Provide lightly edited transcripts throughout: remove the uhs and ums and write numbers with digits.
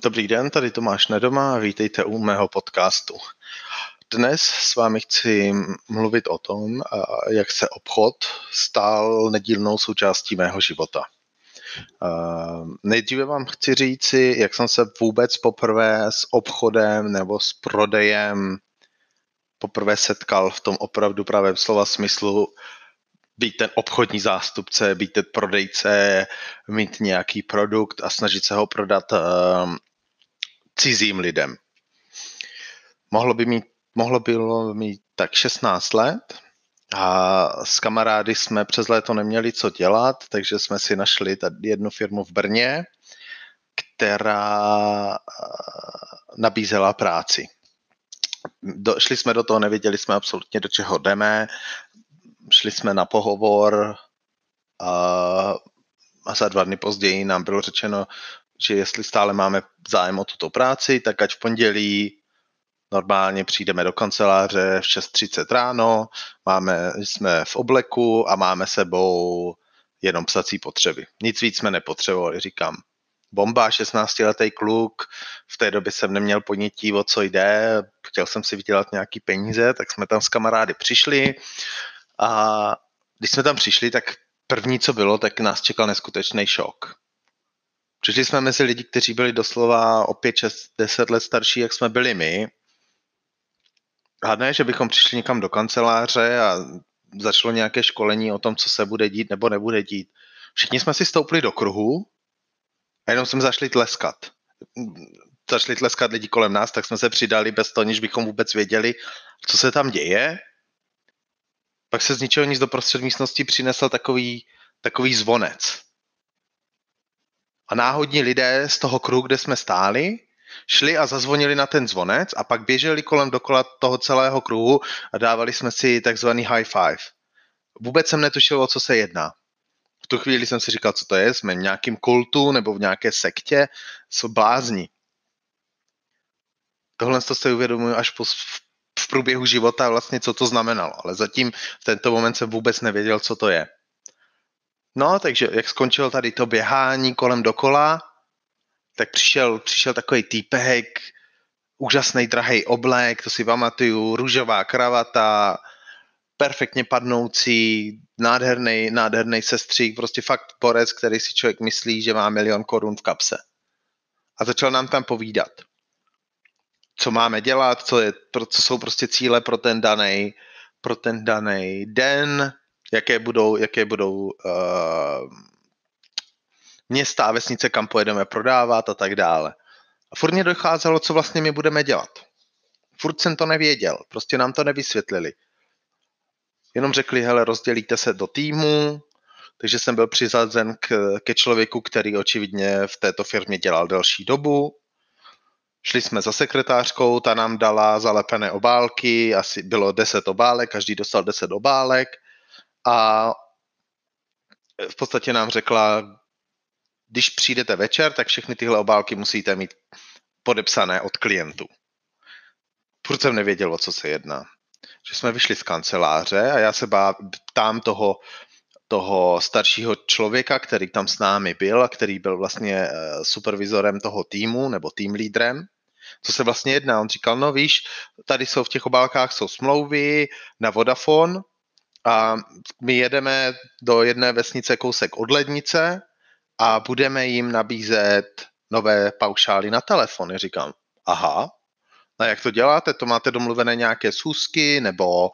Dobrý den, tady Tomáš Nedoma a vítejte u mého podcastu. Dnes s vámi chci mluvit o tom, jak se obchod stal nedílnou součástí mého života. Nejdříve vám chci říci, jak jsem se vůbec poprvé s obchodem nebo s prodejem poprvé setkal v tom opravdu pravém slova smyslu, být ten obchodní zástupce, být ten prodejce, mít nějaký produkt a snažit se ho prodat cizím lidem. Mohlo bylo mít tak 16 let a s kamarády jsme přes léto neměli co dělat, takže jsme si našli tady jednu firmu v Brně, která nabízela práci. Šli jsme do toho, nevěděli jsme absolutně, do čeho jdeme, šli jsme na pohovor a za 2 dny později nám bylo řečeno, že jestli stále máme zájem o tuto práci, tak ať v pondělí normálně přijdeme do kanceláře v 6:30 ráno, jsme v obleku a máme sebou jenom psací potřeby. Nic víc jsme nepotřebovali, říkám. Bomba, 16letý kluk, v té době jsem neměl ponětí, o co jde, chtěl jsem si vydělat nějaký peníze, tak jsme tam s kamarády přišli a když jsme tam přišli, tak první, co bylo, tak nás čekal neskutečný šok. Přišli jsme mezi lidi, kteří byli doslova o 5, 6, 10 let starší, jak jsme byli my. A ne, že bychom přišli někam do kanceláře a začalo nějaké školení o tom, co se bude dít nebo nebude dít. Všichni jsme si stoupli do kruhu a jenom jsme zašli tleskat. Začali tleskat lidi kolem nás, tak jsme se přidali bez toho, aniž bychom vůbec věděli, co se tam děje. Pak se z ničeho nic do prostřed místnosti přinesl takový zvonec. A náhodní lidé z toho kruhu, kde jsme stáli, šli a zazvonili na ten zvonec a pak běželi kolem dokola toho celého kruhu a dávali jsme si takzvaný high five. Vůbec jsem netušil, o co se jedná. V tu chvíli jsem si říkal, co to je, jsme v nějakém kultu nebo v nějaké sektě, jsou blázni. Tohle se uvědomuji až v průběhu života vlastně, co to znamenalo, ale zatím v tento moment jsem vůbec nevěděl, co to je. No, takže jak skončilo tady to běhání kolem dokola, tak přišel takový týpek, úžasný drahý oblek, to si pamatuju, růžová kravata, perfektně padnoucí, nádherný sestřík, prostě fakt borec, který si člověk myslí, že má 1 000 000 korun v kapse. A začal nám tam povídat, co máme dělat, co jsou prostě cíle pro ten daný den, jaké budou města a vesnice, kam pojedeme prodávat a tak dále. A furt mě docházelo, co vlastně my budeme dělat. Furt jsem to nevěděl, prostě nám to nevysvětlili. Jenom řekli, hele, rozdělíte se do týmu, takže jsem byl přizazen ke člověku, který očividně v této firmě dělal delší dobu. Šli jsme za sekretářkou, ta nám dala zalepené obálky, asi bylo 10 obálek, každý dostal 10 obálek a v podstatě nám řekla, když přijdete večer, tak všechny tyhle obálky musíte mít podepsané od klientů. Furt jsem nevěděl, o co se jedná. Že jsme vyšli z kanceláře a já se ptám toho staršího člověka, který tam s námi byl a který byl vlastně supervizorem toho týmu nebo tým lídrem, co se vlastně jedná. On říkal, no víš, tady jsou v těch obálkách jsou smlouvy na Vodafone a my jedeme do jedné vesnice kousek od Lednice a budeme jim nabízet nové paušály na telefony. Říkám, aha, a jak to děláte? To máte domluvené nějaké schůzky nebo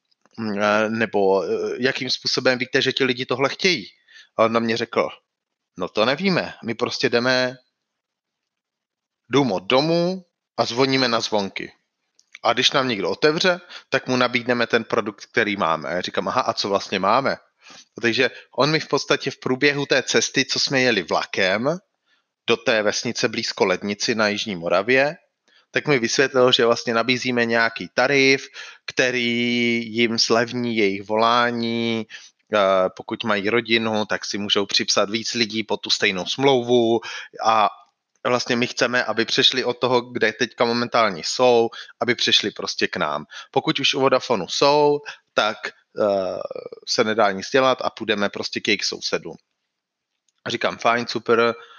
jakým způsobem víte, že ti lidi tohle chtějí? A on na mě řekl, no to nevíme, my prostě jdeme dům od domu a zvoníme na zvonky. A když nám někdo otevře, tak mu nabídneme ten produkt, který máme. A já říkám, aha, a co vlastně máme? Takže on mi v podstatě v průběhu té cesty, co jsme jeli vlakem do té vesnice blízko Lednici na Jižní Moravě, tak mi vysvětlil, že vlastně nabízíme nějaký tarif, který jim zlevní jejich volání, pokud mají rodinu, tak si můžou připsat víc lidí po tu stejnou smlouvu a vlastně my chceme, aby přešli od toho, kde teďka momentálně jsou, aby přešli prostě k nám. Pokud už u Vodafonu jsou, tak se nedá nic dělat a půjdeme prostě k jejich sousedům. A říkám, fajn, super,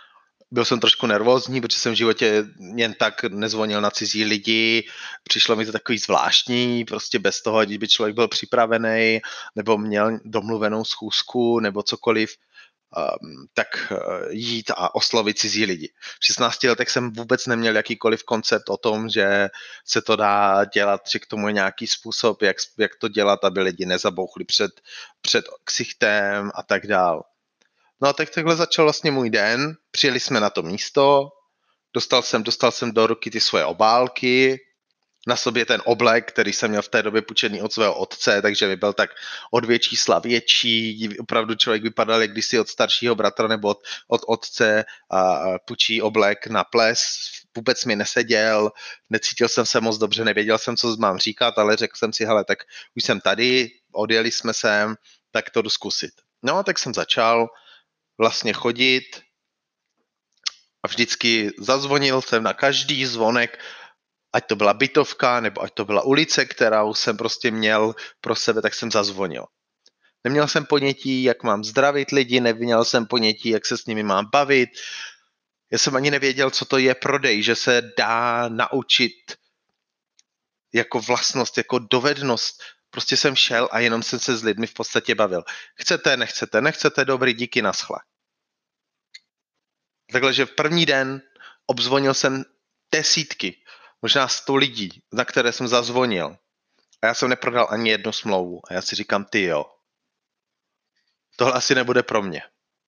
Byl jsem trošku nervózní, protože jsem v životě jen tak nezvonil na cizí lidi. Přišlo mi to takový zvláštní, prostě bez toho, ať by člověk byl připravený, nebo měl domluvenou schůzku, nebo cokoliv, tak jít a oslovit cizí lidi. V 16 letech jsem vůbec neměl jakýkoliv koncept o tom, že se to dá dělat, že k tomu je nějaký způsob, jak to dělat, aby lidi nezabouchli před ksichtem a tak dál. No a tak takhle začal vlastně můj den, přijeli jsme na to místo, dostal jsem do ruky ty svoje obálky, na sobě ten oblek, který jsem měl v té době půjčený od svého otce, takže mi byl tak o 2 čísla větší, opravdu člověk vypadal, jak když si od staršího bratra nebo od otce a půjčí oblek na ples, vůbec mi neseděl, necítil jsem se moc dobře, nevěděl jsem, co mám říkat, ale řekl jsem si, hele, tak už jsem tady, odjeli jsme sem, tak to jdu zkusit. No, tak jsem začal vlastně chodit a vždycky zazvonil jsem na každý zvonek, ať to byla bytovka, nebo ať to byla ulice, kterou jsem prostě měl pro sebe, tak jsem zazvonil. Neměl jsem ponětí, jak mám zdravit lidi, neměl jsem ponětí, jak se s nimi mám bavit. Já jsem ani nevěděl, co to je prodej, že se dá naučit jako vlastnost, jako dovednost. Prostě jsem šel a jenom jsem se s lidmi v podstatě bavil. Chcete, nechcete, dobrý, díky, naschle. Takhle, že v první den obzvonil jsem desítky, možná 100 lidí, na které jsem zazvonil. A já jsem neprodal ani jednu smlouvu. A já si říkám, ty jo, tohle asi nebude pro mě.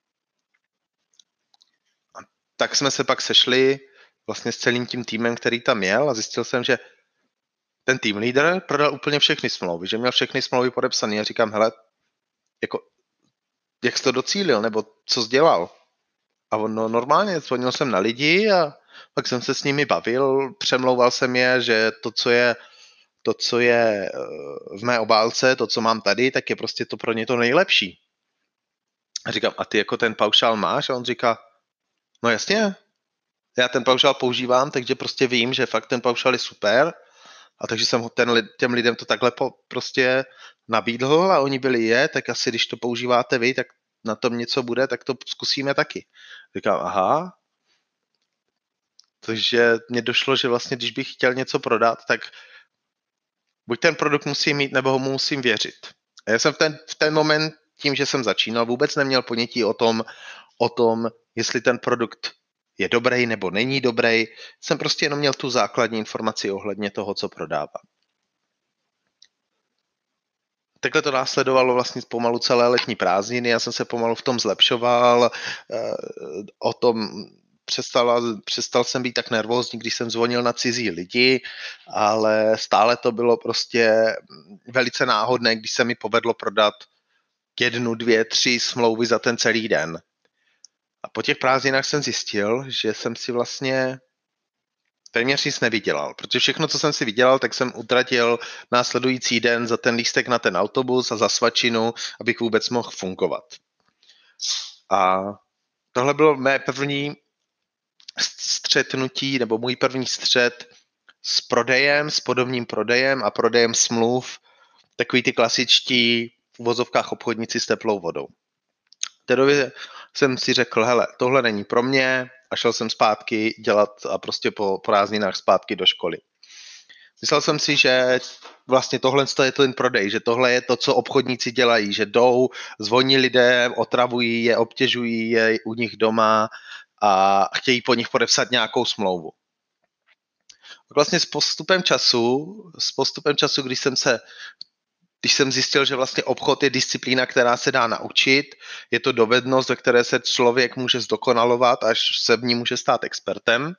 A tak jsme se pak sešli vlastně s celým tím týmem, který tam jel a zjistil jsem, že ten tým leader prodal úplně všechny smlouvy, že měl všechny smlouvy podepsané. A říkám, hele, jako, jak jsi to docílil, nebo co jsi dělal? A on, no normálně, zvonil jsem na lidi a pak jsem se s nimi bavil, přemlouval jsem je, že to, co je v mé obálce, to, co mám tady, tak je prostě to pro ně to nejlepší. A říkám, a ty jako ten paušál máš? A on říká, no jasně, já ten paušál používám, takže prostě vím, že fakt ten paušál je super a takže jsem těm lidem to takhle prostě nabídl a oni byli tak asi když to používáte vy, tak na tom něco bude, tak to zkusíme taky. Říkám, aha. Takže mně došlo, že vlastně, když bych chtěl něco prodat, tak buď ten produkt musím mít, nebo ho musím věřit. A já jsem v ten moment, tím, že jsem začínal, vůbec neměl ponětí o tom, jestli ten produkt je dobrý nebo není dobrý. Jsem prostě jenom měl tu základní informaci ohledně toho, co prodávám. Takhle to následovalo vlastně pomalu celé letní prázdniny, já jsem se pomalu v tom zlepšoval, o tom přestal jsem být tak nervózní, když jsem zvonil na cizí lidi, ale stále to bylo prostě velice náhodné, když se mi povedlo prodat 1, 2, 3 smlouvy za ten celý den. A po těch prázdninách jsem zjistil, že jsem si vlastně téměř nic nevydělal, protože všechno, co jsem si vydělal, tak jsem utratil následující den za ten lístek na ten autobus a za svačinu, abych vůbec mohl fungovat. A tohle bylo mé první střetnutí, nebo můj první střet s prodejem, s podobným prodejem a prodejem smluv, takový ty klasičtí v uvozovkách obchodníci s teplou vodou. V té době jsem si řekl, hele, tohle není pro mě a šel jsem zpátky dělat a prostě po prázdninách zpátky do školy. Myslel jsem si, že vlastně tohle je ten prodej, že tohle je to, co obchodníci dělají, že jdou, zvoní lidem, otravují je, obtěžují je u nich doma a chtějí po nich podepsat nějakou smlouvu. Vlastně s postupem času, když jsem zjistil, že vlastně obchod je disciplína, která se dá naučit, je to dovednost, ve které se člověk může zdokonalovat, až se v ní může stát expertem,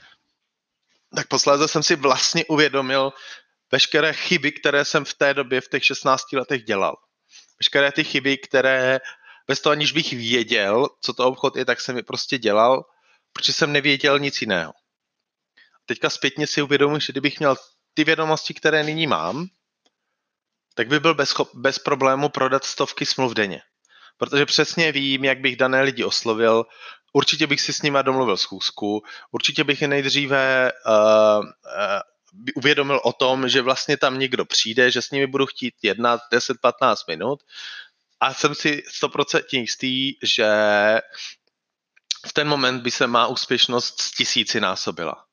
tak posléze jsem si vlastně uvědomil veškeré chyby, které jsem v té době, v těch 16 letech dělal. Veškeré ty chyby, které bez toho, aniž bych věděl, co to obchod je, tak jsem je prostě dělal, protože jsem nevěděl nic jiného. Teďka zpětně si uvědomuji, že kdybych měl ty vědomosti, které nyní mám, tak by byl bez problému prodat 100 smluv denně. Protože přesně vím, jak bych dané lidi oslovil, určitě bych si s nima domluvil schůzku, určitě bych je nejdříve uvědomil o tom, že vlastně tam někdo přijde, že s nimi budu chtít jednat 10-15 minut a jsem si 100% jistý, že v ten moment by se má úspěšnost z 1000 násobila.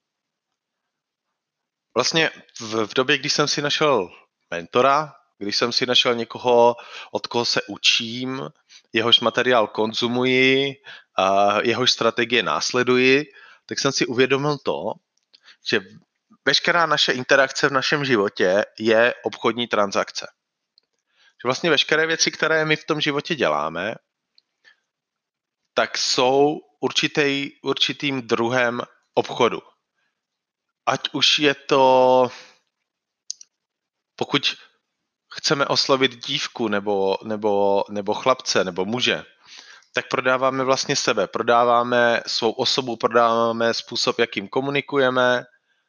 Vlastně v době, když jsem si našel mentora, když jsem si našel někoho, od koho se učím, jehož materiál konzumuji, a jehož strategie následuji, tak jsem si uvědomil to, že veškerá naše interakce v našem životě je obchodní transakce. Že vlastně veškeré věci, které my v tom životě děláme, tak jsou určitým druhem obchodu. Ať už je to, pokud chceme oslovit dívku nebo chlapce nebo muže, tak prodáváme vlastně sebe, prodáváme svou osobu, prodáváme způsob, jakým komunikujeme.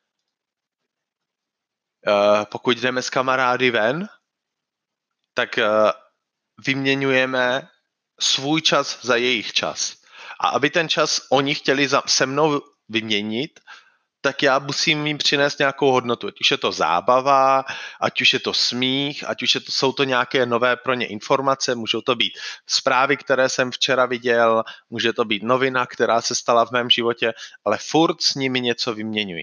Pokud jdeme s kamarády ven, tak vyměňujeme svůj čas za jejich čas. A aby ten čas oni chtěli se mnou vyměnit, tak já musím jim přinést nějakou hodnotu. Ať už je to zábava, ať už je to smích, ať už jsou to nějaké nové pro ně informace, můžou to být zprávy, které jsem včera viděl, může to být novina, která se stala v mém životě, ale furt s nimi něco vyměňuji.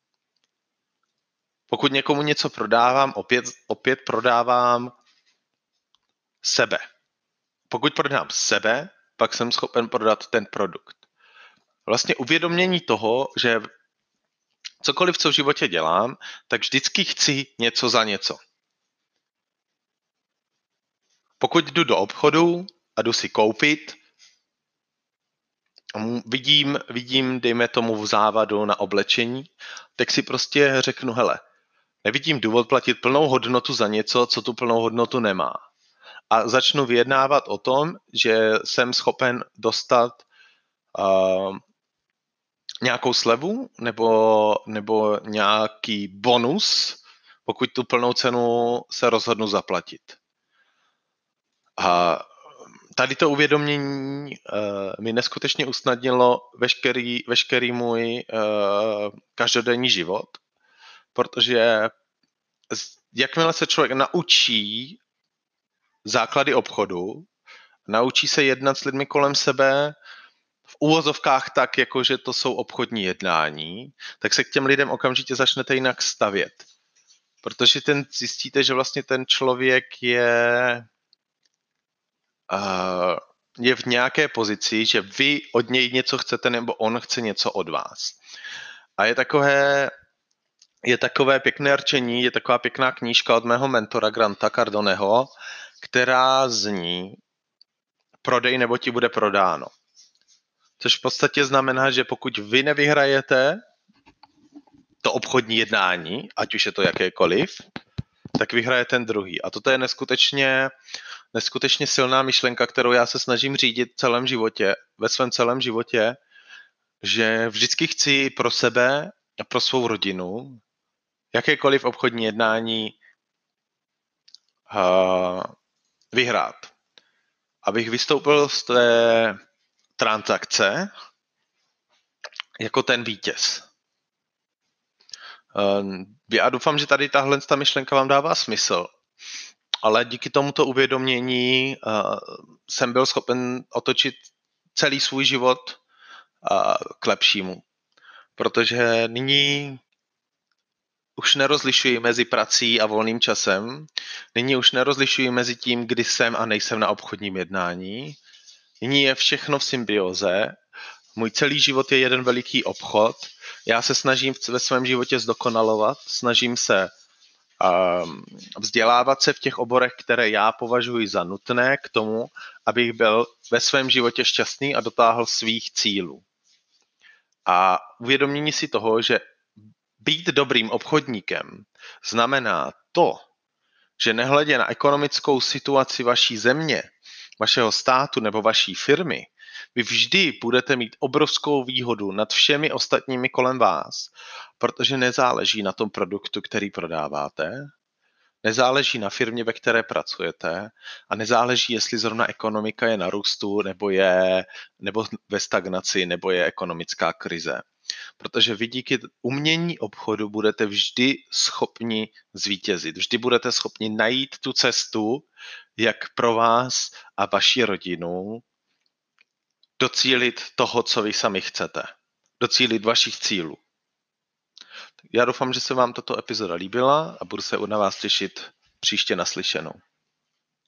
Pokud někomu něco prodávám, opět prodávám sebe. Pokud prodám sebe, pak jsem schopen prodat ten produkt. Vlastně uvědomění toho, že cokoliv, co v životě dělám, tak vždycky chci něco za něco. Pokud jdu do obchodu a jdu si koupit, vidím, dejme tomu v závadu na oblečení, tak si prostě řeknu, hele, nevidím důvod platit plnou hodnotu za něco, co tu plnou hodnotu nemá. A začnu vyjednávat o tom, že jsem schopen dostat nějakou slevu nebo nějaký bonus, pokud tu plnou cenu se rozhodnu zaplatit. A tady to uvědomění mi neskutečně usnadnilo veškerý můj každodenní život, protože jakmile se člověk naučí základy obchodu, naučí se jednat s lidmi kolem sebe v úvozovkách tak, jako že to jsou obchodní jednání, tak se k těm lidem okamžitě začnete jinak stavět. Protože zjistíte, že vlastně ten člověk je v nějaké pozici, že vy od něj něco chcete nebo on chce něco od vás. A je takové pěkné rčení, je taková pěkná knížka od mého mentora Granta Cardoneho, která zní prodej nebo ti bude prodáno. Což v podstatě znamená, že pokud vy nevyhrajete to obchodní jednání, ať už je to jakékoliv, tak vyhraje ten druhý. A toto je neskutečně silná myšlenka, kterou já se snažím řídit ve svém celém životě, že vždycky chci pro sebe a pro svou rodinu jakékoliv obchodní jednání vyhrát. Abych vystoupil z té transakce jako ten vítěz. Já doufám, že tady ta myšlenka vám dává smysl, ale díky tomuto uvědomění jsem byl schopen otočit celý svůj život k lepšímu. Protože nyní už nerozlišuji mezi prací a volným časem, nyní už nerozlišuji mezi tím, kdy jsem a nejsem na obchodním jednání, nyní je všechno v symbioze, můj celý život je jeden veliký obchod, já se snažím ve svém životě zdokonalovat, snažím se vzdělávat se v těch oborech, které já považuji za nutné k tomu, abych byl ve svém životě šťastný a dotáhl svých cílů. A uvědomění si toho, že být dobrým obchodníkem znamená to, že nehledě na ekonomickou situaci vaší země, vašeho státu nebo vaší firmy, vy vždy budete mít obrovskou výhodu nad všemi ostatními kolem vás, protože nezáleží na tom produktu, který prodáváte, nezáleží na firmě, ve které pracujete a nezáleží, jestli zrovna ekonomika je na růstu nebo ve stagnaci nebo je ekonomická krize. Protože vy díky umění obchodu budete vždy schopni zvítězit. Vždy budete schopni najít tu cestu, jak pro vás a vaši rodinu docílit toho, co vy sami chcete. Docílit vašich cílů. Já doufám, že se vám tato epizoda líbila a budu se na vás těšit příště naslyšenou.